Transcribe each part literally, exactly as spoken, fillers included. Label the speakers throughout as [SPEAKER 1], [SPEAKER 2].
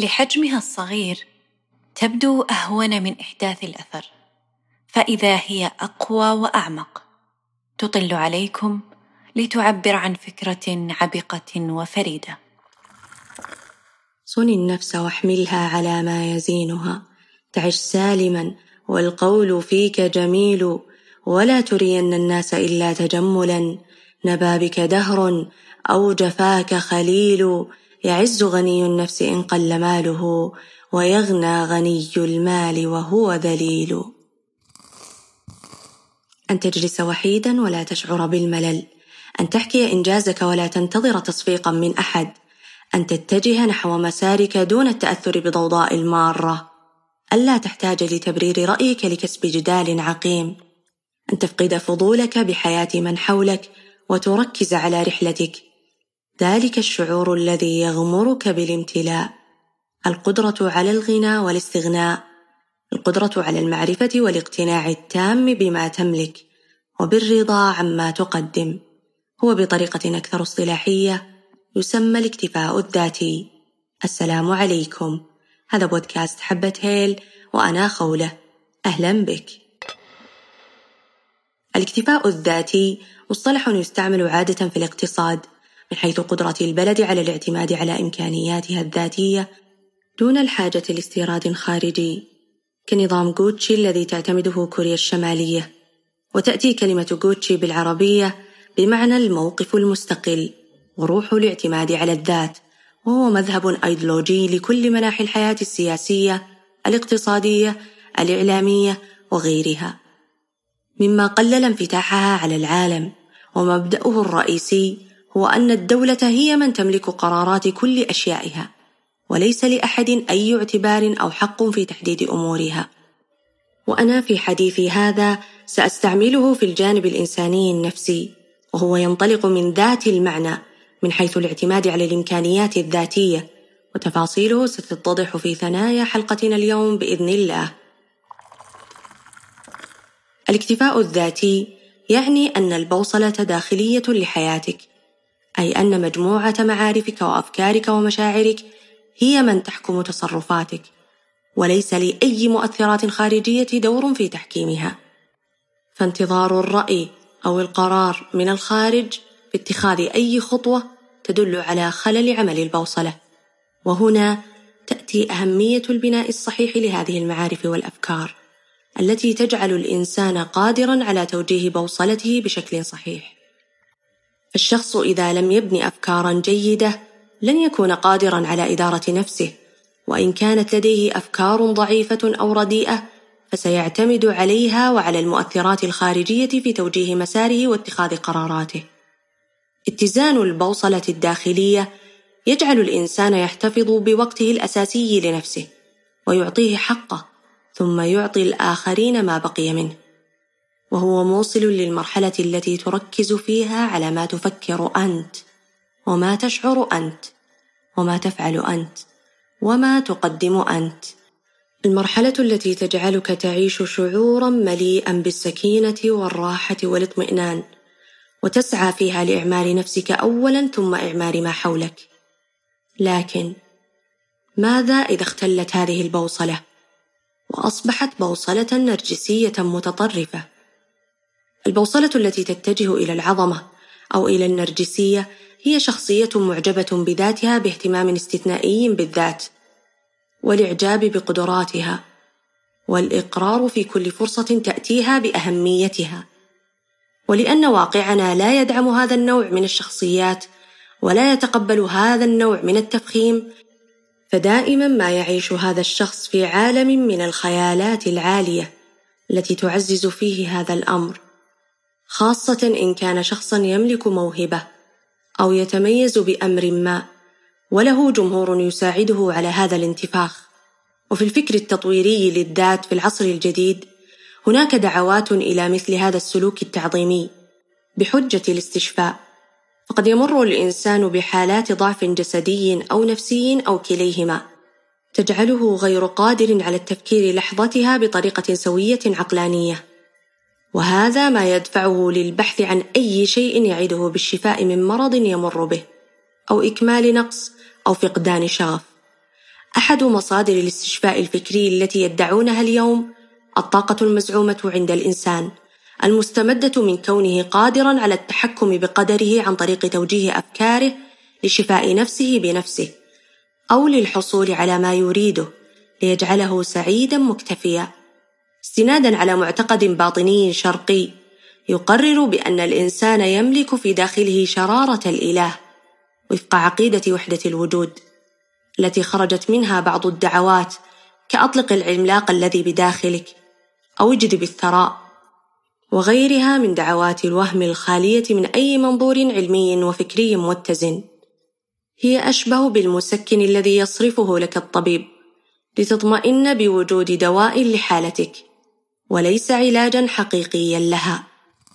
[SPEAKER 1] لحجمها الصغير تبدو أهون من إحداث الأثر، فإذا هي أقوى وأعمق تطل عليكم لتعبر عن فكرة عبقة وفريدة.
[SPEAKER 2] صن النفس واحملها على ما يزينها، تعش سالما والقول فيك جميل، ولا ترين الناس إلا تجملا، نبى بك دهر أو جفاك خليل، يعز غني النفس إن قل ماله، ويغنى غني المال وهو ذليل. أن تجلس وحيدا ولا تشعر بالملل، أن تحكي إنجازك ولا تنتظر تصفيقا من أحد، أن تتجه نحو مسارك دون التأثر بضوضاء المارة، ألا تحتاج لتبرير رأيك لكسب جدال عقيم، أن تفقد فضولك بحياة من حولك وتركز على رحلتك، ذلك الشعور الذي يغمرك بالامتلاء، القدرة على الغنى والاستغناء، القدرة على المعرفة والاقتناع التام بما تملك وبالرضا عما تقدم، هو بطريقة أكثر اصطلاحية يسمى الاكتفاء الذاتي. السلام عليكم، هذا بودكاست حبة هيل وأنا خولة، أهلا بك. الاكتفاء الذاتي مصطلح يستعمل عادة في الاقتصاد من حيث قدرة البلد على الاعتماد على إمكانياتها الذاتية دون الحاجة لاستيراد خارجي، كنظام غوتشي الذي تعتمده كوريا الشمالية. وتأتي كلمة غوتشي بالعربية بمعنى الموقف المستقل وروح الاعتماد على الذات، وهو مذهب أيديولوجي لكل مناحي الحياة السياسية، الاقتصادية، الإعلامية وغيرها، مما قلل انفتاحها على العالم. ومبدأه الرئيسي هو أن الدولة هي من تملك قرارات كل أشيائها، وليس لأحد أي اعتبار أو حق في تحديد أمورها. وأنا في حديثي هذا سأستعمله في الجانب الإنساني النفسي، وهو ينطلق من ذات المعنى من حيث الاعتماد على الإمكانيات الذاتية، وتفاصيله ستتضح في ثنايا حلقتنا اليوم بإذن الله. الاكتفاء الذاتي يعني أن البوصلة داخلية لحياتك، أي أن مجموعة معارفك وأفكارك ومشاعرك هي من تحكم تصرفاتك، وليس لأي مؤثرات خارجية دور في تحكيمها. فانتظار الرأي أو القرار من الخارج في اتخاذ أي خطوة تدل على خلل عمل البوصلة، وهنا تأتي أهمية البناء الصحيح لهذه المعارف والأفكار التي تجعل الإنسان قادراً على توجيه بوصلته بشكل صحيح. الشخص إذا لم يبني أفكاراً جيدة لن يكون قادراً على إدارة نفسه، وإن كانت لديه أفكار ضعيفة أو رديئة فسيعتمد عليها وعلى المؤثرات الخارجية في توجيه مساره واتخاذ قراراته. اتزان البوصلة الداخلية يجعل الإنسان يحتفظ بوقته الأساسي لنفسه ويعطيه حقه، ثم يعطي الآخرين ما بقي منه، وهو موصل للمرحلة التي تركز فيها على ما تفكر أنت، وما تشعر أنت، وما تفعل أنت، وما تقدم أنت، المرحلة التي تجعلك تعيش شعوراً مليئاً بالسكينة والراحة والاطمئنان، وتسعى فيها لإعمار نفسك أولاً ثم إعمار ما حولك. لكن ماذا إذا اختلت هذه البوصلة وأصبحت بوصلة نرجسية متطرفة؟ البوصلة التي تتجه إلى العظمة أو إلى النرجسية هي شخصية معجبة بذاتها باهتمام استثنائي بالذات، والإعجاب بقدراتها، والإقرار في كل فرصة تأتيها بأهميتها. ولأن واقعنا لا يدعم هذا النوع من الشخصيات ولا يتقبل هذا النوع من التفخيم، فدائما ما يعيش هذا الشخص في عالم من الخيالات العالية التي تعزز فيه هذا الأمر، خاصة إن كان شخصا يملك موهبة أو يتميز بأمر ما وله جمهور يساعده على هذا الانتفاخ. وفي الفكر التطويري للذات في العصر الجديد هناك دعوات إلى مثل هذا السلوك التعظيمي بحجة الاستشفاء، فقد يمر الإنسان بحالات ضعف جسدي أو نفسي أو كليهما تجعله غير قادر على التفكير لحظتها بطريقة سوية عقلانية، وهذا ما يدفعه للبحث عن أي شيء يعده بالشفاء من مرض يمر به أو إكمال نقص أو فقدان شغف. أحد مصادر الاستشفاء الفكري التي يدعونها اليوم الطاقة المزعومة عند الإنسان، المستمدة من كونه قادراً على التحكم بقدره عن طريق توجيه أفكاره لشفاء نفسه بنفسه، أو للحصول على ما يريده ليجعله سعيداً مكتفياً، استناداً على معتقد باطني شرقي يقرر بأن الإنسان يملك في داخله شرارة الإله، وفق عقيدة وحدة الوجود التي خرجت منها بعض الدعوات كأطلق العملاق الذي بداخلك، أو اجذب الثراء، وغيرها من دعوات الوهم الخالية من أي منظور علمي وفكري متزن. هي أشبه بالمسكن الذي يصرفه لك الطبيب لتطمئن بوجود دواء لحالتك، وليس علاجاً حقيقياً لها.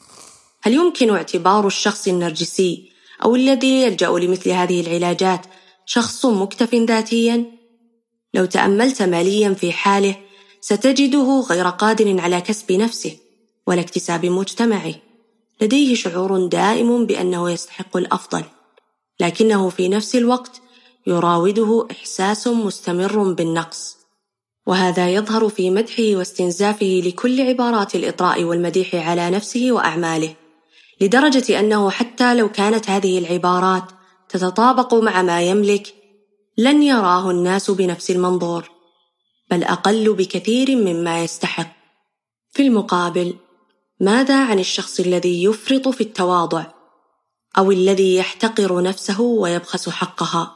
[SPEAKER 2] هل يمكن اعتبار الشخص النرجسي أو الذي يلجأ لمثل هذه العلاجات شخص مكتف ذاتياً؟ لو تأملت مالياً في حاله ستجده غير قادر على كسب نفسه ولا اكتساب مجتمعه، لديه شعور دائم بأنه يستحق الأفضل، لكنه في نفس الوقت يراوده إحساس مستمر بالنقص، وهذا يظهر في مدحه واستنزافه لكل عبارات الإطراء والمديح على نفسه وأعماله، لدرجة أنه حتى لو كانت هذه العبارات تتطابق مع ما يملك لن يراه الناس بنفس المنظور، بل أقل بكثير مما يستحق. في المقابل، ماذا عن الشخص الذي يفرط في التواضع أو الذي يحتقر نفسه ويبخس حقها؟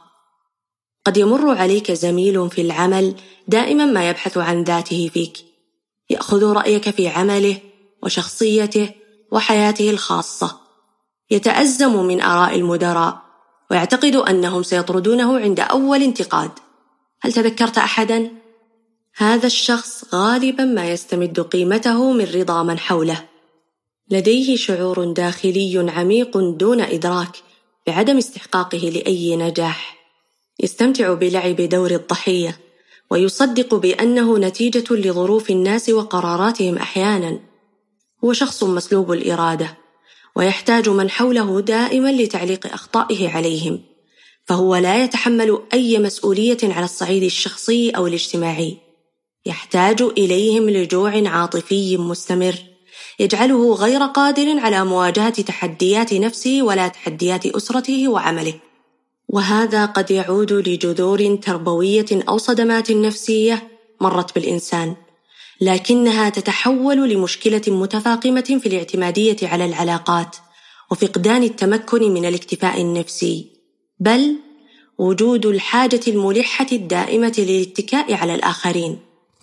[SPEAKER 2] قد يمر عليك زميل في العمل دائما ما يبحث عن ذاته فيك، يأخذ رأيك في عمله وشخصيته وحياته الخاصة، يتأزم من آراء المدراء ويعتقد أنهم سيطردونه عند أول انتقاد. هل تذكرت أحدا؟ هذا الشخص غالبا ما يستمد قيمته من رضا من حوله، لديه شعور داخلي عميق دون إدراك بعدم استحقاقه لأي نجاح، يستمتع بلعب دور الضحية ويصدق بأنه نتيجة لظروف الناس وقراراتهم أحيانا. هو شخص مسلوب الإرادة ويحتاج من حوله دائما لتعليق أخطائه عليهم، فهو لا يتحمل أي مسؤولية على الصعيد الشخصي أو الاجتماعي، يحتاج إليهم لجوع عاطفي مستمر يجعله غير قادر على مواجهة تحديات نفسه ولا تحديات أسرته وعمله، وهذا قد يعود لجذور تربوية أو صدمات نفسية مرت بالإنسان، لكنها تتحول لمشكلة متفاقمة في الاعتمادية على العلاقات وفقدان التمكن من الاكتفاء النفسي، بل وجود الحاجة الملحة الدائمة للاتكاء على الآخرين.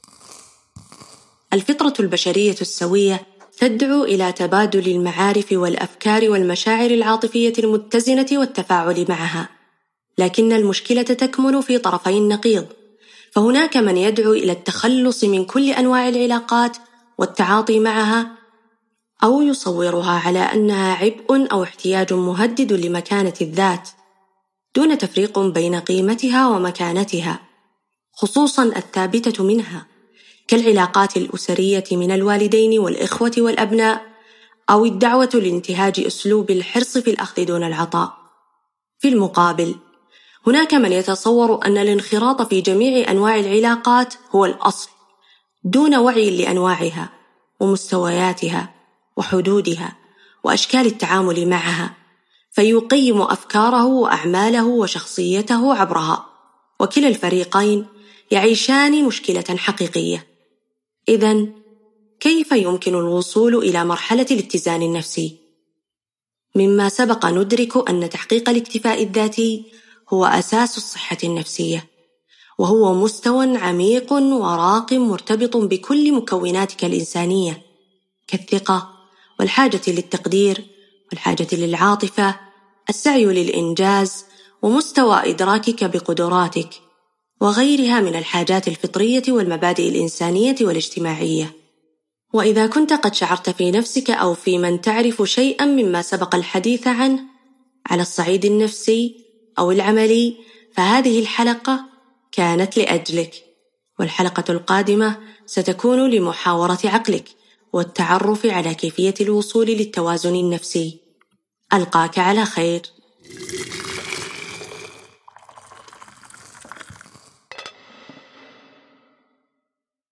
[SPEAKER 2] الفطرة البشرية السوية تدعو إلى تبادل المعارف والأفكار والمشاعر العاطفية المتزنة والتفاعل معها، لكن المشكلة تكمن في طرفي النقيض، فهناك من يدعو إلى التخلص من كل أنواع العلاقات والتعاطي معها، أو يصورها على أنها عبء أو احتياج مهدد لمكانة الذات، دون تفريق بين قيمتها ومكانتها، خصوصاً الثابتة منها، كالعلاقات الأسرية من الوالدين والإخوة والأبناء، أو الدعوة لانتهاج أسلوب الحرص في الأخذ دون العطاء. في المقابل، هناك من يتصور أن الانخراط في جميع أنواع العلاقات هو الأصل، دون وعي لأنواعها ومستوياتها وحدودها وأشكال التعامل معها، فيقيم أفكاره وأعماله وشخصيته عبرها، وكلا الفريقين يعيشان مشكلة حقيقية. إذن، كيف يمكن الوصول إلى مرحلة الاتزان النفسي؟ مما سبق ندرك أن تحقيق الاكتفاء الذاتي هو أساس الصحة النفسية، وهو مستوى عميق وراق مرتبط بكل مكوناتك الإنسانية، كالثقة والحاجة للتقدير والحاجة للعاطفة، السعي للإنجاز، ومستوى إدراكك بقدراتك، وغيرها من الحاجات الفطرية والمبادئ الإنسانية والاجتماعية. وإذا كنت قد شعرت في نفسك أو في من تعرف شيئا مما سبق الحديث عنه على الصعيد النفسي أو العملي، فهذه الحلقة كانت لأجلك، والحلقة القادمة ستكون لمحاورة عقلك والتعرف على كيفية الوصول للتوازن النفسي. ألقاك على خير.